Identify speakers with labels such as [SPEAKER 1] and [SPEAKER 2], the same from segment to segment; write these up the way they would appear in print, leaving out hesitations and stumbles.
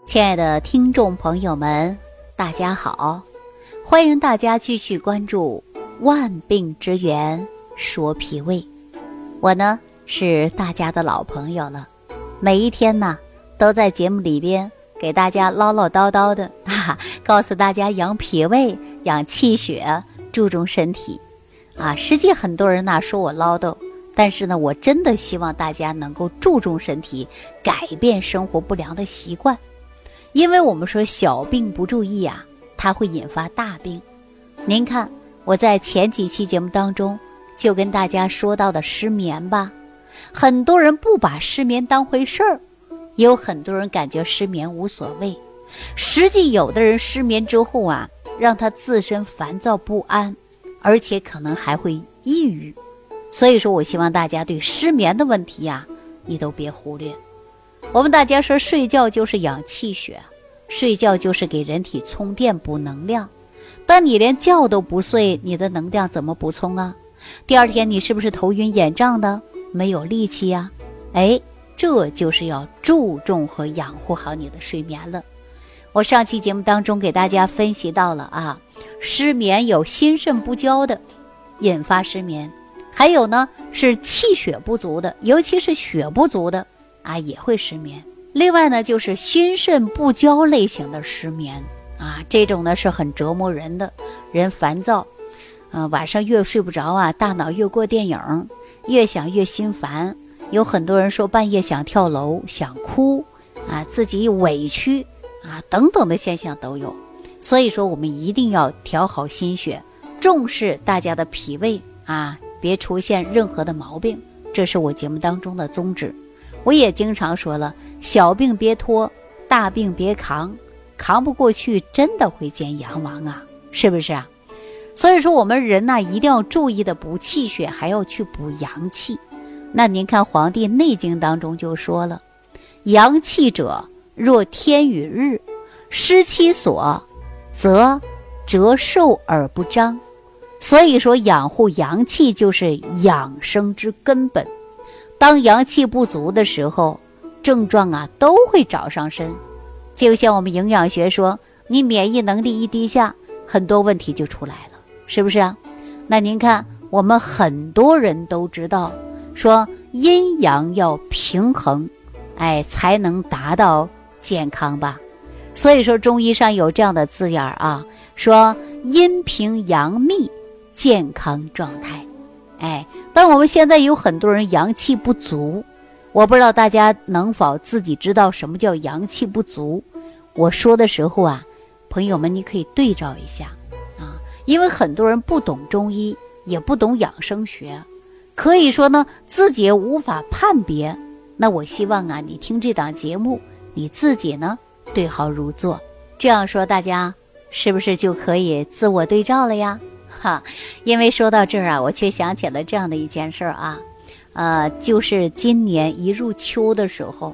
[SPEAKER 1] 亲爱的听众朋友们，大家好，欢迎大家继续关注万病之源说脾胃。我呢是大家的老朋友了，每一天呢都在节目里边给大家唠唠叨叨的告诉大家养脾胃、养气血、注重身体实际很多人呢说我唠叨，但是呢我真的希望大家能够注重身体，改变生活不良的习惯。因为我们说小病不注意它会引发大病。您看我在前几期节目当中就跟大家说到的失眠吧，很多人不把失眠当回事儿，也有很多人感觉失眠无所谓。实际有的人失眠之后让他自身烦躁不安，而且可能还会抑郁。所以说我希望大家对失眠的问题你都别忽略。我们大家说睡觉就是养气血，睡觉就是给人体充电补能量。当你连觉都不睡，你的能量怎么补充第二天你是不是头晕眼胀的，没有力气这就是要注重和养护好你的睡眠了。我上期节目当中给大家分析到了失眠有心肾不交的引发失眠，还有呢是气血不足的，尤其是血不足的也会失眠。另外呢就是心肾不交类型的失眠这种呢是很折磨人的，人烦躁晚上越睡不着大脑越过电影，越想越心烦。有很多人说半夜想跳楼、想哭自己委屈等等的现象都有。所以说我们一定要调好心血，重视大家的脾胃别出现任何的毛病，这是我节目当中的宗旨。我也经常说了，小病别拖，大病别扛，扛不过去真的会见阎王是不是所以说我们人一定要注意的补气血，还要去补阳气。那您看《黄帝内经》当中就说了，阳气者若天与日，失其所，则折寿而不彰。所以说养护阳气就是养生之根本。当阳气不足的时候，症状都会找上身。就像我们营养学说，你免疫能力一低下，很多问题就出来了，是不是那您看我们很多人都知道说阴阳要平衡才能达到健康吧。所以说中医上有这样的字眼说阴平阳密，健康状态。但我们现在有很多人阳气不足，我不知道大家能否自己知道什么叫阳气不足。我说的时候朋友们你可以对照一下因为很多人不懂中医，也不懂养生学，可以说呢自己也无法判别。那我希望你听这档节目，你自己呢对号入座，这样说大家是不是就可以自我对照了呀因为说到这儿我却想起了这样的一件事就是今年一入秋的时候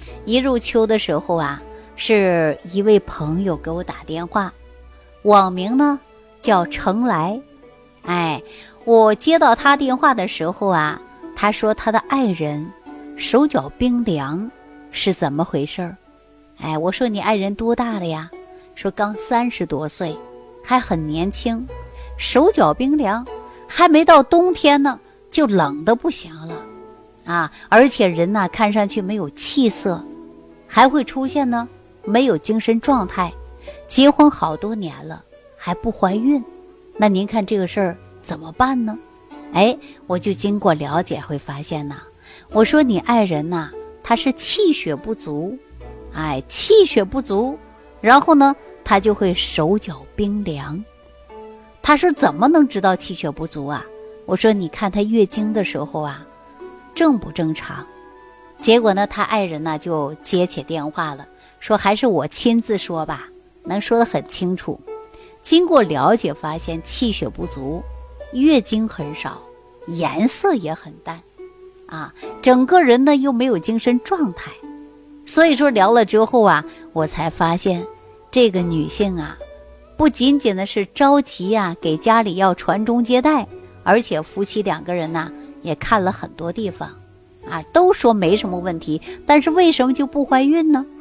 [SPEAKER 1] 是一位朋友给我打电话，网名呢叫程来。我接到他电话的时候他说他的爱人手脚冰凉，是怎么回事我说你爱人多大了呀？说刚30多岁，还很年轻，手脚冰凉，还没到冬天呢就冷得不行了而且人看上去没有气色，还会出现呢没有精神状态，结婚好多年了还不怀孕。那您看这个事儿怎么办呢？我就经过了解会发现我说你爱人他是气血不足气血不足，然后呢他就会手脚冰凉。他说怎么能知道气血不足我说你看他月经的时候正不正常。结果呢他爱人就接起电话了，说还是我亲自说吧，能说得很清楚。经过了解发现气血不足，月经很少，颜色也很淡整个人呢又没有精神状态。所以说聊了之后我才发现这个女性不仅仅的是着急给家里要传宗接代，而且夫妻两个人也看了很多地方都说没什么问题，但是为什么就不怀孕呢？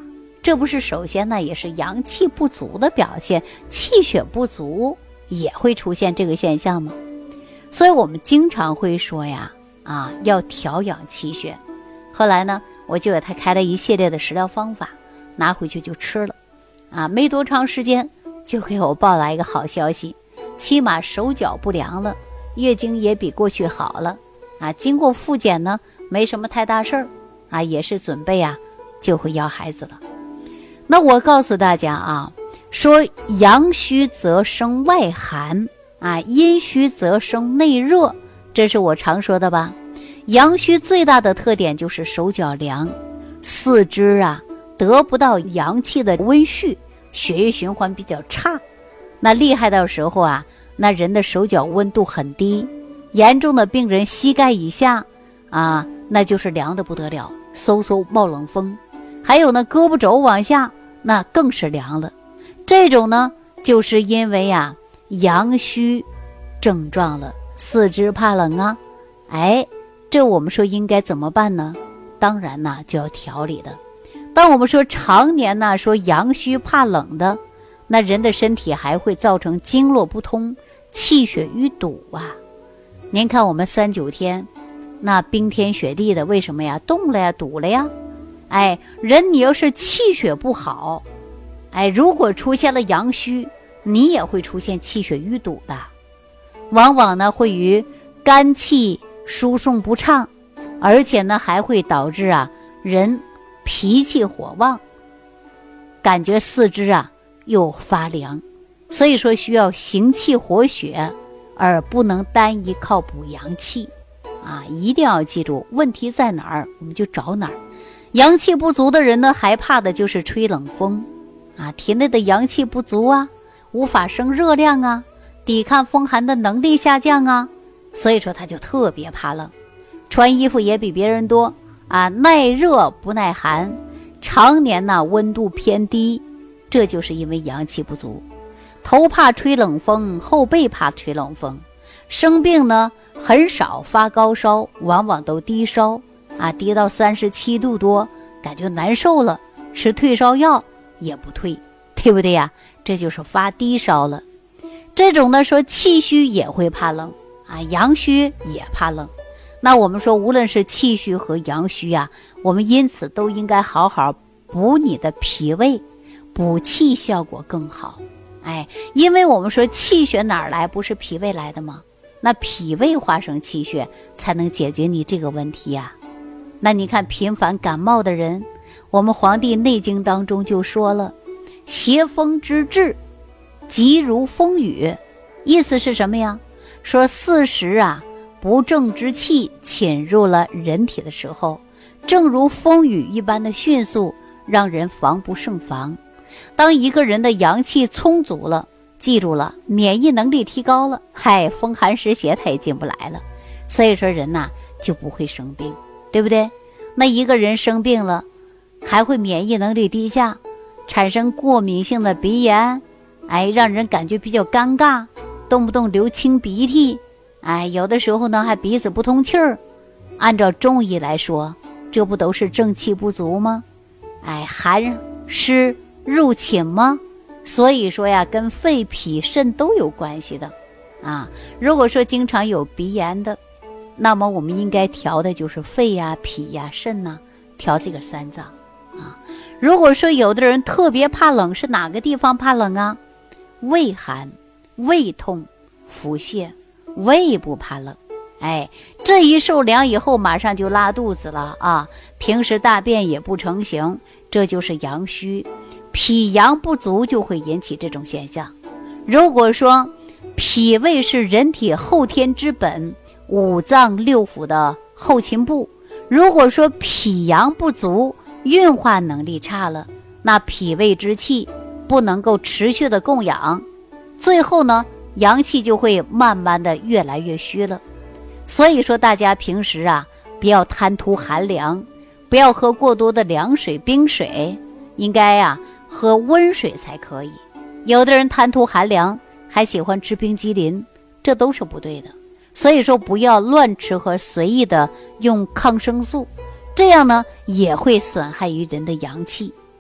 [SPEAKER 1] 这不是首先呢也是阳气不足的表现，气血不足也会出现这个现象吗？所以我们经常会说呀，要调养气血。后来呢，我就给他开了一系列的食疗方法，拿回去就吃了，没多长时间就给我报来一个好消息，起码手脚不凉了，月经也比过去好了，经过复检呢，没什么太大事儿，也是准备就会要孩子了。那我告诉大家说阳虚则生外寒，阴虚则生内热，这是我常说的吧。阳虚最大的特点就是手脚凉，四肢得不到阳气的温煦，血液循环比较差。那厉害的时候那人的手脚温度很低，严重的病人膝盖以下那就是凉的不得了，嗖嗖冒冷风。还有呢，胳膊肘往下那更是凉了。这种呢就是因为阳虚症状了，四肢怕冷这我们说应该怎么办呢？当然就要调理的。当我们说常年说阳虚怕冷的，那人的身体还会造成经络不通，气血淤堵您看我们3-9天那冰天雪地的，为什么冻了堵了人你要是气血不好，如果出现了阳虚，你也会出现气血淤堵的，往往呢会与肝气输送不畅，而且呢还会导致人脾气火旺，感觉四肢又发凉。所以说需要行气活血，而不能单一靠补阳气一定要记住问题在哪儿，我们就找哪儿。阳气不足的人呢，害怕的就是吹冷风体内的阳气不足无法生热量抵抗风寒的能力下降所以说他就特别怕冷，穿衣服也比别人多耐热不耐寒，常年温度偏低，这就是因为阳气不足。头怕吹冷风，后背怕吹冷风，生病呢很少发高烧，往往都低烧低到37度多，感觉难受了，吃退烧药也不退，对不对这就是发低烧了。这种呢说气虚也会怕冷阳虚也怕冷。那我们说无论是气虚和阳虚我们因此都应该好好补你的脾胃，补气效果更好因为我们说气血哪儿来，不是脾胃来的吗？那脾胃化生气血才能解决你这个问题那你看频繁感冒的人，我们黄帝内经当中就说了，邪风之至，急如风雨。意思是什么呀？说四时不正之气侵入了人体的时候，正如风雨一般的迅速，让人防不胜防。当一个人的阳气充足了，记住了，免疫能力提高了，风寒湿邪它也进不来了，所以说人就不会生病，对不对？那一个人生病了，还会免疫能力低下，产生过敏性的鼻炎，让人感觉比较尴尬，动不动流清鼻涕，有的时候呢还鼻子不通气儿。按照中医来说，这不都是正气不足吗？寒湿入侵吗？所以说跟肺脾肾都有关系的如果说经常有鼻炎的，那么我们应该调的就是肺脾肾调这个3脏如果说有的人特别怕冷，是哪个地方怕冷胃寒、胃痛、腹泻，胃部怕冷这一受凉以后马上就拉肚子了平时大便也不成形，这就是阳虚。脾阳不足就会引起这种现象。如果说脾胃是人体后天之本，5脏6腑的后勤部，如果说脾阳不足，运化能力差了，那脾胃之气不能够持续的供养，最后呢阳气就会慢慢的越来越虚了。所以说大家平时不要贪图寒凉，不要喝过多的凉水冰水，应该喝温水才可以。有的人贪图寒凉，还喜欢吃冰激凌，这都是不对的。所以说不要乱吃和随意的用抗生素，这样呢也会损害于人的阳气。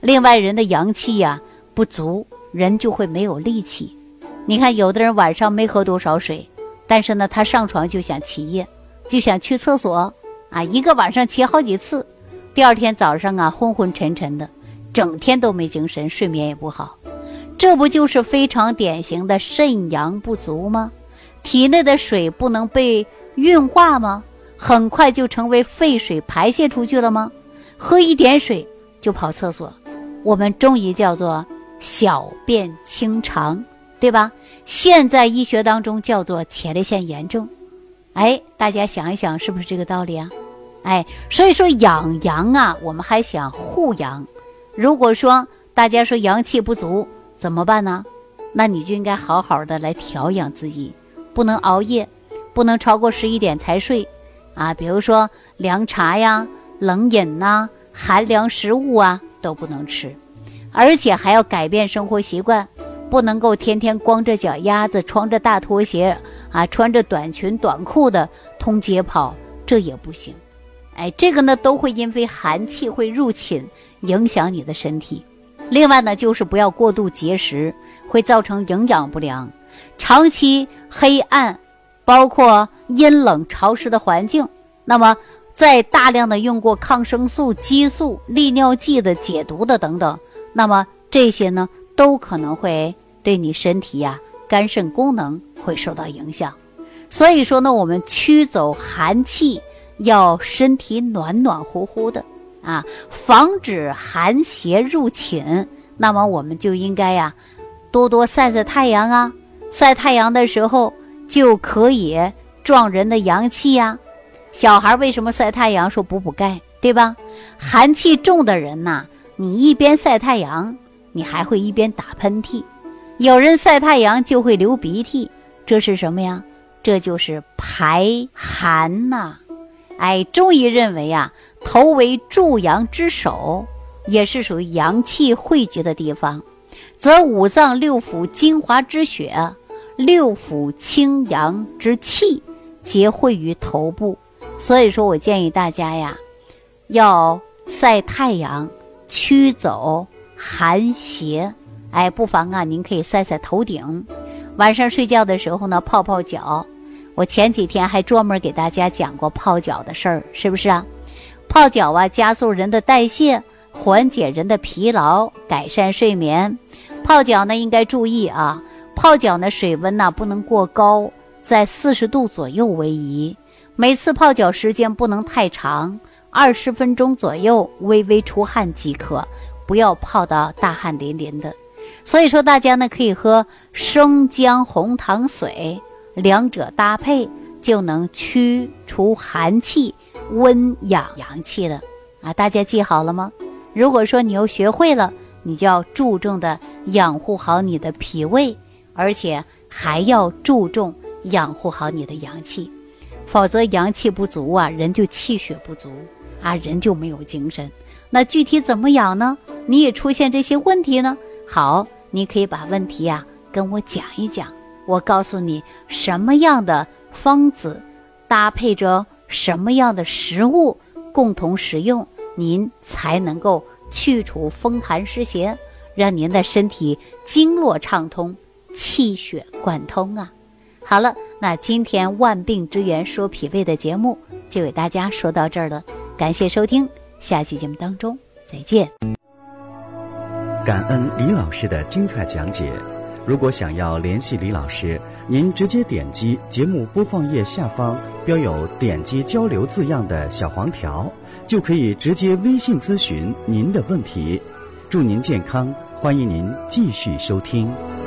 [SPEAKER 1] 另外人的阳气呀不足，人就会没有力气。你看有的人晚上没喝多少水，但是呢他上床就想起夜，就想去厕所啊，一个晚上起好几次，第二天早上啊昏昏沉沉的，整天都没精神，睡眠也不好。这不就是非常典型的肾阳不足吗？体内的水不能被运化吗？很快就成为废水排泄出去了吗？喝一点水就跑厕所，我们中医叫做小便清长，对吧？现在医学当中叫做前列腺炎症。大家想一想，是不是这个道理啊？所以说养阳啊，我们还想护阳。如果说大家说阳气不足怎么办呢？那你就应该好好的来调养自己，不能熬夜，不能超过11点才睡啊。比如说凉茶呀、冷饮呐、寒凉食物啊都不能吃，而且还要改变生活习惯，不能够天天光着脚丫子，穿着大拖鞋啊，穿着短裙短裤的通街跑，这也不行。这个呢都会因为寒气会入侵，影响你的身体。另外呢，就是不要过度节食，会造成营养不良。长期黑暗，包括阴冷潮湿的环境，那么在大量的用过抗生素、激素、利尿剂的、解毒的等等，那么这些呢都可能会对你身体呀、肝肾功能会受到影响。所以说呢，我们驱走寒气，要身体暖暖乎乎的啊，防止寒邪入侵。那么我们就应该呀，多多晒晒太阳啊，晒太阳的时候就可以壮人的阳气呀。小孩为什么晒太阳？说补钙，对吧？寒气重的人呐，你一边晒太阳，你还会一边打喷嚏。有人晒太阳就会流鼻涕，这是什么呀？这就是排寒呐。中医认为啊，头为助阳之首，也是属于阳气汇聚的地方，则五脏六腑精华之血，六腑清阳之气皆汇于头部。所以说我建议大家呀，要晒太阳，驱走寒邪。不妨啊，您可以晒晒头顶，晚上睡觉的时候呢，泡泡脚。我前几天还专门给大家讲过泡脚的事儿，是不是啊？泡脚啊，加速人的代谢，缓解人的疲劳，改善睡眠。泡脚呢，应该注意啊，泡脚呢，水温呢不能过高，在40度左右为宜。每次泡脚时间不能太长，20分钟左右，微微出汗即可，不要泡到大汗淋淋的。所以说大家呢可以喝生姜红糖水，两者搭配就能驱除寒气，温养阳气了啊！大家记好了吗？如果说你又学会了，你就要注重的养护好你的脾胃，而且还要注重养护好你的阳气，否则阳气不足啊，人就气血不足啊，人就没有精神。那具体怎么养呢？你也出现这些问题呢？好，你可以把问题啊跟我讲一讲，我告诉你什么样的方子搭配着什么样的食物共同食用，您才能够去除风寒湿邪，让您的身体经络畅通，气血贯通啊。好了，那今天万病之源说脾胃的节目就给大家说到这儿了，感谢收听，下期节目当中再见。
[SPEAKER 2] 感恩李老师的精彩讲解。如果想要联系李老师，您直接点击节目播放页下方标有点击交流字样的小黄条，就可以直接微信咨询您的问题。祝您健康，欢迎您继续收听。